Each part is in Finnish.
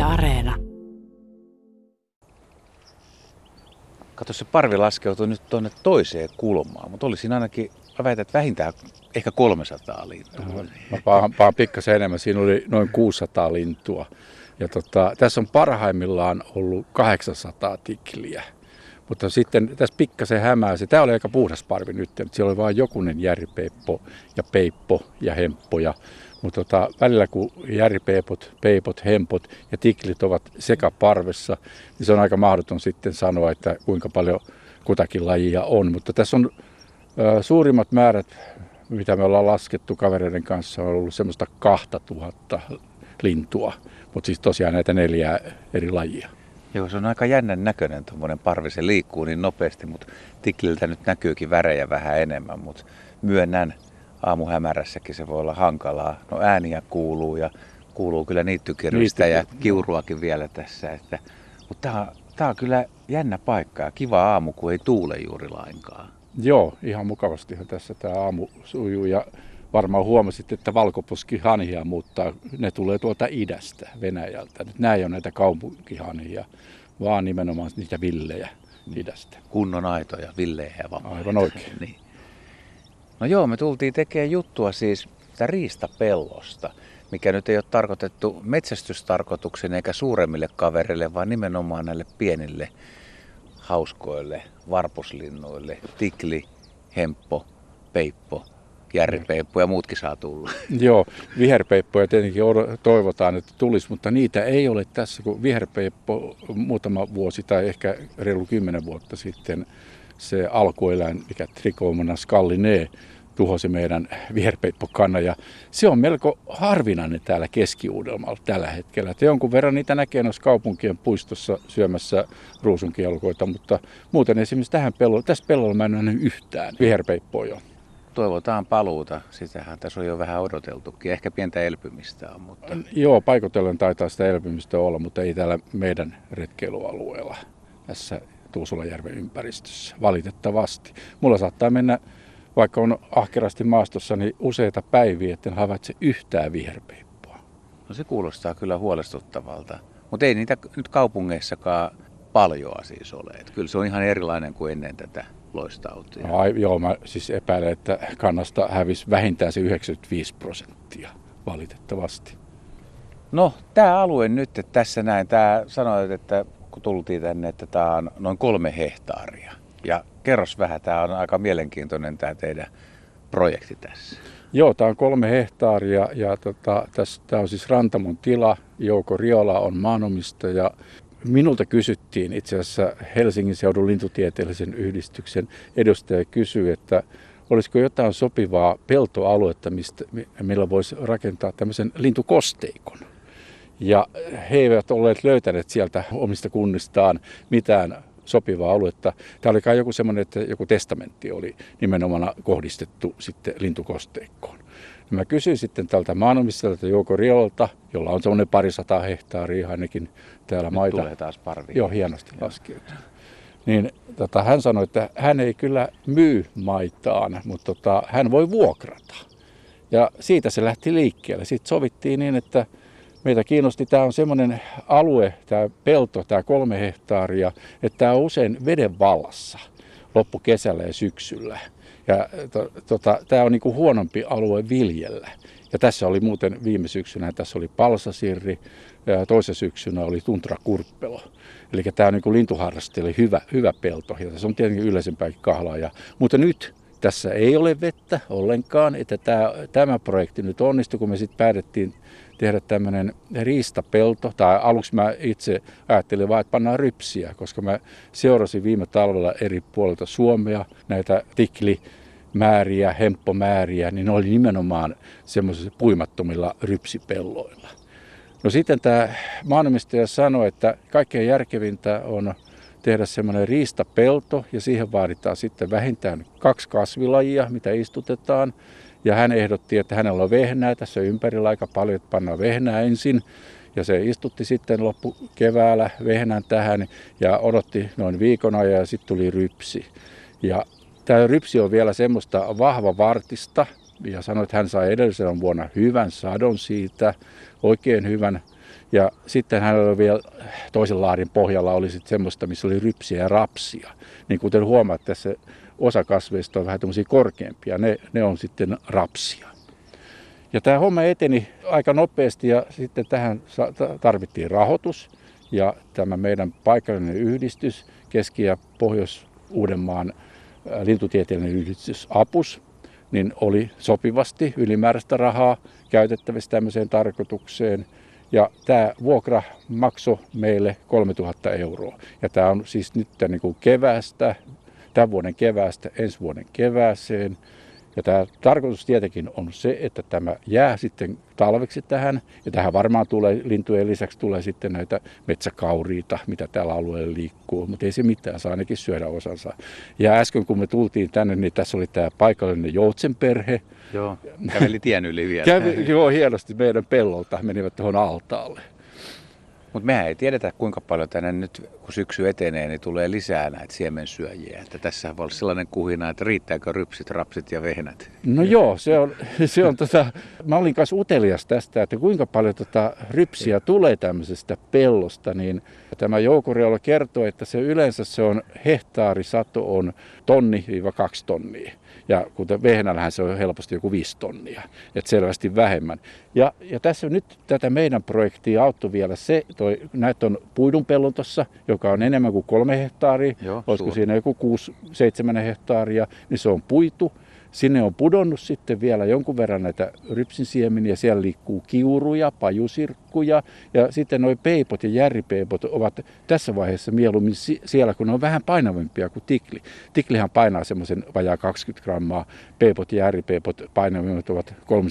Areena. Kato, se parvi laskeutui nyt tuonne toiseen kulmaan, mutta olisin ainakin, mä väitän, että vähintään ehkä 300 lintua. Mä paan pikkasen enemmän, siinä oli noin 600 lintua. Ja tässä on parhaimmillaan ollut 800 tikliä. Mutta sitten tässä pikkasen hämää. Tämä oli aika puhdas parvi nyt. Siellä oli vain jokunen järvipeippo ja peippo ja hemppoja. Mutta välillä kun järvipeipot, peipot, hempot ja tiklit ovat sekaparvessa, niin se on aika mahdoton sitten sanoa, että kuinka paljon kutakin lajia on. Mutta tässä on suurimmat määrät, mitä me ollaan laskettu kavereiden kanssa, on ollut semmoista 2000 lintua. Mutta siis tosiaan näitä 4 eri lajia. Joo, se on aika jännän näköinen tuommoinen parvi. Se liikkuu niin nopeasti, mutta tikliltä nyt näkyykin värejä vähän enemmän. Mutta myönnän, aamuhämärässäkin se voi olla hankalaa. No ääniä kuuluu ja kuuluu kyllä niittykirvistä ja kiuruakin vielä tässä. Mutta tää on kyllä jännä paikka ja kiva aamu, kun ei tuule juuri lainkaan. Joo, ihan mukavastihan tässä tämä aamu sujuu ja varmaan huomasit, että valkoposkihanhia muuttaa. Ne tulee tuolta idästä, Venäjältä. Nyt nämä ei ole näitä kaupunkihanhia, vaan nimenomaan niitä villejä idästä. Kunnon aitoja, villejä ja vammaita. Aivan oikein. Niin. No joo, me tultiin tekemään juttua siis riistapellosta, mikä nyt ei ole tarkoitettu metsästystarkoituksen eikä suuremmille kavereille, vaan nimenomaan näille pienille hauskoille varpuslinnuille. Tikli, hemppo, peippo, järvipeippo ja muutkin saa tulla. Joo, viherpeippoja tietenkin toivotaan, että tulisi, mutta niitä ei ole tässä, kun viherpeippo muutama vuosi tai ehkä reilu 10 vuotta sitten se alkueläin, mikä Trichomonas gallinea, tuhosi meidän viherpeippokannan ja se on melko harvinainen täällä Keski-Uudelmaalla tällä hetkellä. Että jonkun verran niitä näkee noissa kaupunkien puistossa syömässä ruusunkielkoita, mutta muuten esimerkiksi tässä pellolla mä en ole nähnyt yhtään viherpeippoa jo. Toivotaan paluuta. Sitähän tässä on jo vähän odoteltukin. Ehkä pientä elpymistä on, mutta... Joo, paikotellen taitaa sitä elpymistä olla, mutta ei täällä meidän retkeilyalueella tässä Tuusulajärven ympäristössä, valitettavasti. Mulla saattaa mennä, vaikka on ahkerasti maastossa, niin useita päiviä, etten havaitse yhtään viherpeippoa. No se kuulostaa kyllä huolestuttavalta, mutta ei niitä nyt kaupungeissakaan paljoa siis ole. Että kyllä se on ihan erilainen kuin ennen tätä loistautia. Joo, mä siis epäilen, että kannasta hävisi vähintään se 95%, valitettavasti. No, tämä alue nyt, että tässä näin, sanoit, että kun tultiin tänne, että tämä on noin 3 hehtaaria. Ja kerros vähän, tämä on aika mielenkiintoinen tämä teidän projekti tässä. Joo, tämä on 3 hehtaaria ja tämä on siis Rantamon tila. Jouko Riola on maanomistaja. Minulta kysyttiin itse asiassa Helsingin seudun lintutieteellisen yhdistyksen edustaja kysyi, että olisiko jotain sopivaa peltoaluetta, millä voisi rakentaa tämmöisen lintukosteikon. Ja he eivät olleet löytäneet sieltä omista kunnistaan mitään sopivaa aluetta. Tämä oli kai joku semmoinen, että joku testamentti oli nimenomaan kohdistettu sitten lintukosteikkoon. Mä kysyin sitten tältä maanomistajalta Jouko Riolalta, jolla on semmoinen 200 hehtaaria ainakin täällä maita. Nyt tulee taas parvi. Joo, hienosti laskeutuu. Niin hän sanoi, että hän ei kyllä myy maitaan, mutta hän voi vuokrata. Ja siitä se lähti liikkeelle. Sitten sovittiin niin, että meitä kiinnosti, tämä on semmoinen alue, tämä pelto, tämä 3 hehtaaria, että tämä on usein veden vallassa loppukesällä ja syksyllä. Ja tämä on niin kuin huonompi alue viljellä. Ja tässä oli muuten viime syksynä, tässä oli palsasirri ja toisen syksynä oli tuntrakurppelo. Eli tämä on niin kuin lintuharrastajille hyvä pelto ja tässä on tietenkin yleisempääkin kahlaa. Mutta nyt tässä ei ole vettä ollenkaan, että tämä projekti nyt onnistui, kun me sitten päätettiin tehdä tämmöinen riistapelto. Tai aluksi mä itse ajattelin vaan, että pannaan rypsiä, koska mä seurasin viime talvella eri puolilta Suomea näitä tiklimääriä, hemppomääriä, niin ne oli nimenomaan semmoisilla puimattomilla rypsipelloilla. No sitten tämä maanomistaja sanoi, että kaikkein järkevintä on tehdä semmoinen riistapelto ja siihen vaaditaan sitten vähintään 2 kasvilajia, mitä istutetaan. Ja hän ehdotti, että hänellä on vehnää tässä ympärillä aika paljon, että pannaan vehnää ensin. Ja se istutti sitten loppukeväällä vehnän tähän ja odotti noin viikon ajan ja sitten tuli rypsi. Ja tämä rypsi on vielä semmoista vahvavartista ja sanoi, että hän sai edellisenä vuonna hyvän sadon siitä, oikein hyvän. Ja sitten hänellä oli vielä toisen laarin pohjalla oli sitten semmoista, missä oli rypsiä ja rapsia. Niin kuten huomaat, tässä osa kasveista on vähän tämmöisiä korkeampia, ne on sitten rapsia. Ja tämä homma eteni aika nopeasti ja sitten tähän tarvittiin rahoitus. Ja tämä meidän paikallinen yhdistys, Keski- ja Pohjois-Uudenmaan lintutieteellinen yhdistys APUS, niin oli sopivasti ylimääräistä rahaa käytettävissä tämmöiseen tarkoitukseen. Ja tämä vuokra maksoi meille 3000 €. Ja tämä on siis nyt niin kuin tämän vuoden keväästä ensi vuoden kevääseen. Ja tämä tarkoitus tietenkin on se, että tämä jää sitten talveksi tähän. Ja tähän varmaan tulee, lintujen lisäksi tulee sitten näitä metsäkauriita, mitä tällä alueella liikkuu. Mutta ei se mitään, saa ainakin syödä osansa. Ja äsken kun me tultiin tänne, niin tässä oli tämä paikallinen joutsenperhe. Joo, käveli tien yli vielä. Joo, hienosti meidän pellolta, menivät tuohon altaalle. Mutta mehän ei tiedetä, kuinka paljon tänne nyt, kun syksy etenee, niin tulee lisää näitä siemensyöjiä. Että tässä voi olla sellainen kuhina, että riittääkö rypsit, rapsit ja vehnät. No joo, mä olin kanssa utelias tästä, että kuinka paljon rypsiä tulee tämmöisestä pellosta. Niin tämä Jouko Reola kertoo, että yleensä se on hehtaarisato on 1–2 tonnia. Ja kuten vehnällähän se on helposti joku 5 tonnia, että selvästi vähemmän. Ja tässä nyt tätä meidän projektia auttoi vielä se, näitä on puidunpellon tuossa, joka on enemmän kuin 3 hehtaaria, olisiko siinä joku 6–7 hehtaaria, niin se on puitu. Sinne on pudonnut sitten vielä jonkun verran näitä rypsinsiemeniä, siellä liikkuu kiuruja, pajusirkkuja ja sitten nuo peipot ja järripeipot ovat tässä vaiheessa mieluummin siellä, kun ne on vähän painavampia kuin tikli. Tiklihan painaa semmoisen vajaa 20 grammaa, peipot ja järripeipot painavimmat ovat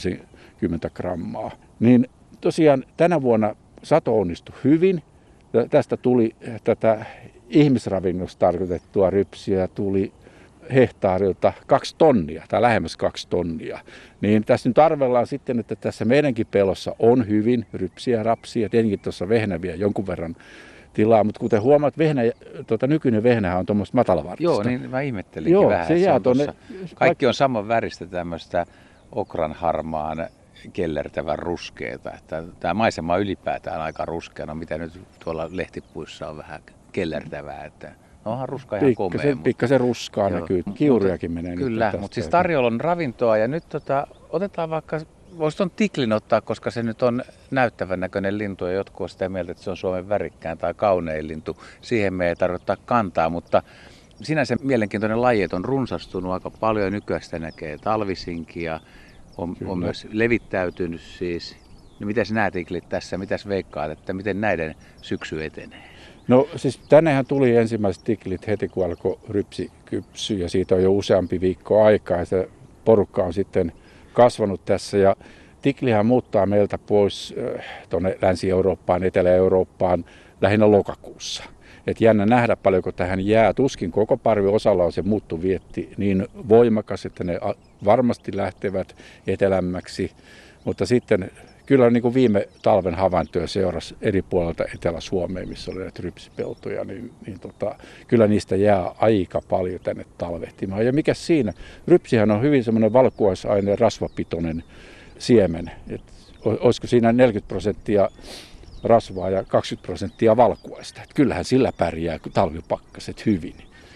30 grammaa. Niin tosiaan tänä vuonna sato onnistui hyvin. Tästä tuli tätä ihmisravinnoksi tarkoitettua rypsiä, tuli hehtaarilta 2 tonnia tai lähemmäs 2 tonnia. Niin tässä nyt arvellaan sitten, että tässä meidänkin pellossa on hyvin rypsiä, rapsia, tietenkin tuossa vehnäviä jonkun verran tilaa, mutta kuten huomaat, nykyinen vehnähän on tuommoista matalavartista. Joo, niin mä ihmettelinkin vähän. Se jää tuonne. Kaikki on saman väristä tämmöistä okran harmaan kellertävän ruskeata. Tämä maisema ylipäätään aika ruskeana, mitä nyt tuolla lehtipuissa on vähän kellertävää, että onhan ruska ihan komea. Pikkasen ruskaa näkyy. Kiurujakin menee. Kyllä, mutta siis tarjolla on ravintoa ja nyt otetaan vaikka, voisi tuon tiklin ottaa, koska se nyt on näyttävän näköinen lintu ja jotkut on sitä mieltä, että se on Suomen värikkään tai kaunein lintu. Siihen me ei tarvitse ottaa kantaa, mutta sinänsä mielenkiintoinen laji, että on runsastunut aika paljon. Nykyään sitä näkee talvisinkia, on myös levittäytynyt siis. No mitäs nämä tiklit tässä, mitäs veikkaat, että miten näiden syksy etenee? No siis tännehän tuli ensimmäiset tiklit heti kun alkoi rypsi kypsyä ja siitä on jo useampi viikko aikaa ja se porukka on sitten kasvanut tässä ja tiklihän muuttaa meiltä pois tuonne Länsi-Eurooppaan, Etelä-Eurooppaan lähinnä lokakuussa. Et jännä nähdä paljonko tähän jää. Tuskin koko parvi osalla on se muuttuvietti niin voimakas, että ne varmasti lähtevät etelämmäksi, mutta sitten kyllä niin kuin viime talven havaintoja seurasi eri puolilta Etelä-Suomea, missä oli näitä rypsipeltoja, niin kyllä niistä jää aika paljon tänne talvehtimaan. Ja mikä siinä? Rypsihän on hyvin semmoinen valkuaisaine, rasvapitoinen siemen. Olisiko siinä 40% rasvaa ja 20% valkuaista. Et kyllähän sillä pärjää talvipakkaset hyvin.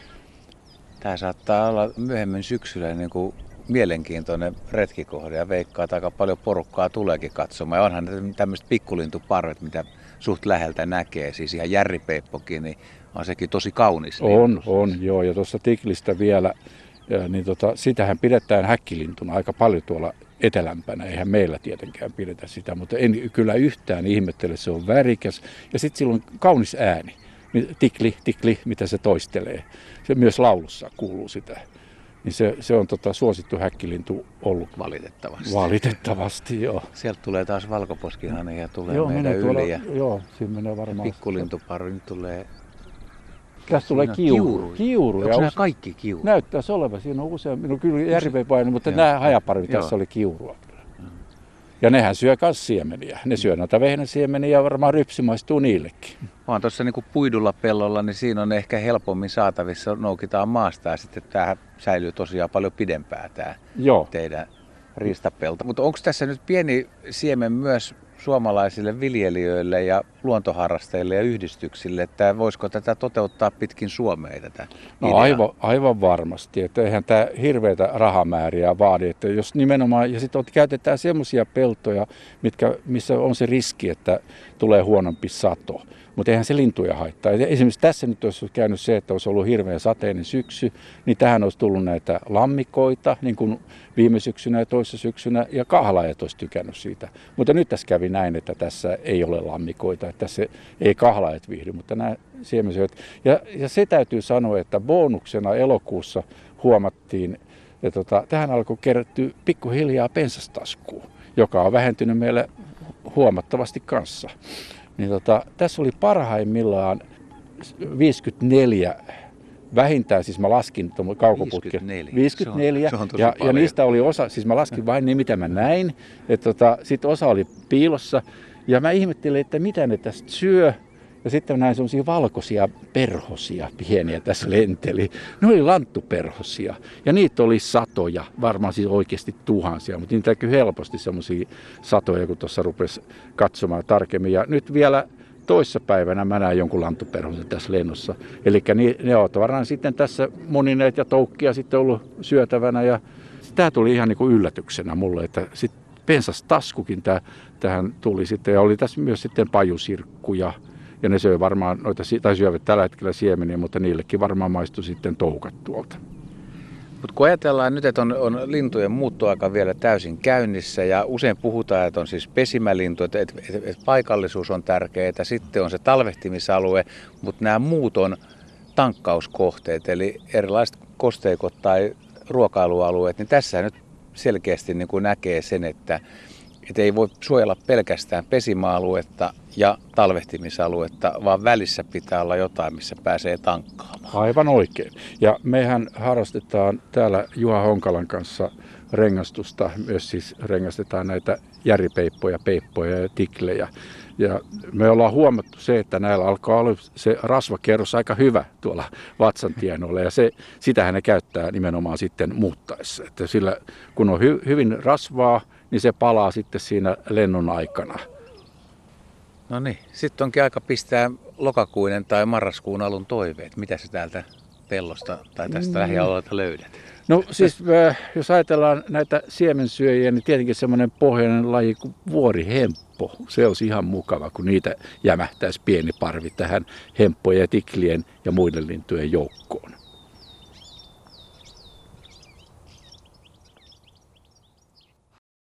Tämä saattaa olla myöhemmin syksyllä niin kuin mielenkiintoinen retkikohde ja veikkaa, että aika paljon porukkaa tuleekin katsomaan. Ja onhan tämmöiset pikkulintuparvet, mitä suht läheltä näkee, siis ihan järripeippokin, niin on sekin tosi kaunis. On, joo. Ja tuossa tiklistä vielä, niin sitähän pidetään häkkilintuna aika paljon tuolla etelämpänä. Eihän meillä tietenkään pidetä sitä, mutta en kyllä yhtään ihmettele, se on värikäs. Ja sitten sillä on kaunis ääni, tikli, mitä se toistelee. Se myös laulussa kuuluu sitä. Niin se on suosittu häkkilintu ollut. Valitettavasti, joo. Sieltä tulee taas valkoposkihane ja tulee meidän yli. Joo, siinä menee varmaan. Pikkulintuparvi nyt tulee. Tässä tulee kiuru. Onko nämä kaikki kiuru? Näyttäisi olevan. Siinä on usein, kyllä järvipaini, mutta nämä hajaparvi tässä oli kiurua. Ja nehän syö myös siemeniä. Ne syö noita vehnäsiemeniä ja varmaan rypsi maistuu niillekin. Vaan tuossa niin puidulla pellolla, niin siinä on ehkä helpommin saatavissa, noukitaan maasta ja sitten tämähän säilyy tosiaan paljon pidempään tämä teidän riistapelto. Mutta onko tässä nyt pieni siemen myös suomalaisille viljelijöille ja luontoharrastajille ja yhdistyksille, että voisiko tätä toteuttaa pitkin Suomea tätä No aivan varmasti, että eihän tämä hirveätä rahamääriä vaadi, että jos nimenomaan, ja sitten käytetään semmoisia peltoja, missä on se riski, että tulee huonompi sato. Mutta eihän se lintuja haittaa. Esimerkiksi tässä nyt olisi käynyt se, että olisi ollut hirveän sateinen syksy, niin tähän olisi tullut näitä lammikoita, niin kuin viime syksynä ja toisessa syksynä, ja kahlaajat olisi tykännyt siitä. Mutta nyt tässä kävi näin, että tässä ei ole lammikoita, että tässä ei kahlaajat viihdy, mutta nämä siemensyöt. Ja se täytyy sanoa, että bonuksena elokuussa huomattiin, että tähän alkoi kerättyä pikkuhiljaa pensastaskuun, joka on vähentynyt meillä huomattavasti kanssa. Niin tässä oli parhaimmillaan 54 vähintään, siis mä laskin kaukoputken. 54. Ja niistä oli osa, siis mä laskin vain ne, mitä mä näin. Sitten osa oli piilossa. Ja mä ihmettelin, että mitä ne tästä syö. Ja sitten mä näin semmoisia valkoisia perhosia pieniä tässä lenteli. Ne oli lanttuperhosia. Ja niitä oli satoja, varmaan siis oikeasti tuhansia. Mutta niitä näkyy helposti semmoisia satoja, kun tuossa rupesi katsomaan tarkemmin. Ja nyt vielä toissapäivänä mä näin jonkun lanttuperhosen tässä lennossa. Eli ne ovat varmaan sitten tässä munineet ja toukkia sitten ollut syötävänä. Ja tämä tuli ihan niin kuin yllätyksenä mulle, että sitten pensastaskukin tähän tuli sitten. Ja oli tässä myös sitten pajusirkkuja. Ja ne syö varmaan noita, tai syövät tällä hetkellä siemeniä, mutta niillekin varmaan maistui sitten toukat tuolta. Mutta kun ajatellaan nyt, että on lintujen muuttoaika vielä täysin käynnissä ja usein puhutaan, että on siis pesimälintu, että paikallisuus on tärkeää, sitten on se talvehtimisalue, mutta nämä muut on tankkauskohteet, eli erilaiset kosteikot tai ruokailualueet, niin tässä nyt selkeästi niin kuin näkee sen, että ei voi suojella pelkästään pesimäaluetta ja talvehtimisaluetta, vaan välissä pitää olla jotain, missä pääsee tankkaamaan. Aivan oikein. Ja mehän harrastetaan täällä Juha Honkalan kanssa rengastusta. Myös siis rengastetaan näitä järipeippoja, peippoja ja tiklejä. Ja me ollaan huomattu se, että näillä alkaa olla se rasvakerros aika hyvä tuolla vatsantienoilla. Ja sitähän ne käyttää nimenomaan sitten muuttaessa. Että sillä kun on hyvin rasvaa, niin se palaa sitten siinä lennon aikana. No niin, sitten onkin aika pistää lokakuinen tai marraskuun alun toiveet. Mitä sä täältä pellosta tai tästä lähialueelta löydät? No siis jos ajatellaan näitä siemensyöjiä, niin tietenkin semmoinen pohjoinen laji kuin vuorihemppo. Se olisi ihan mukava, kun niitä jämähtäisi pieni parvi tähän hemppojen ja tiklien ja muiden lintujen joukkoon.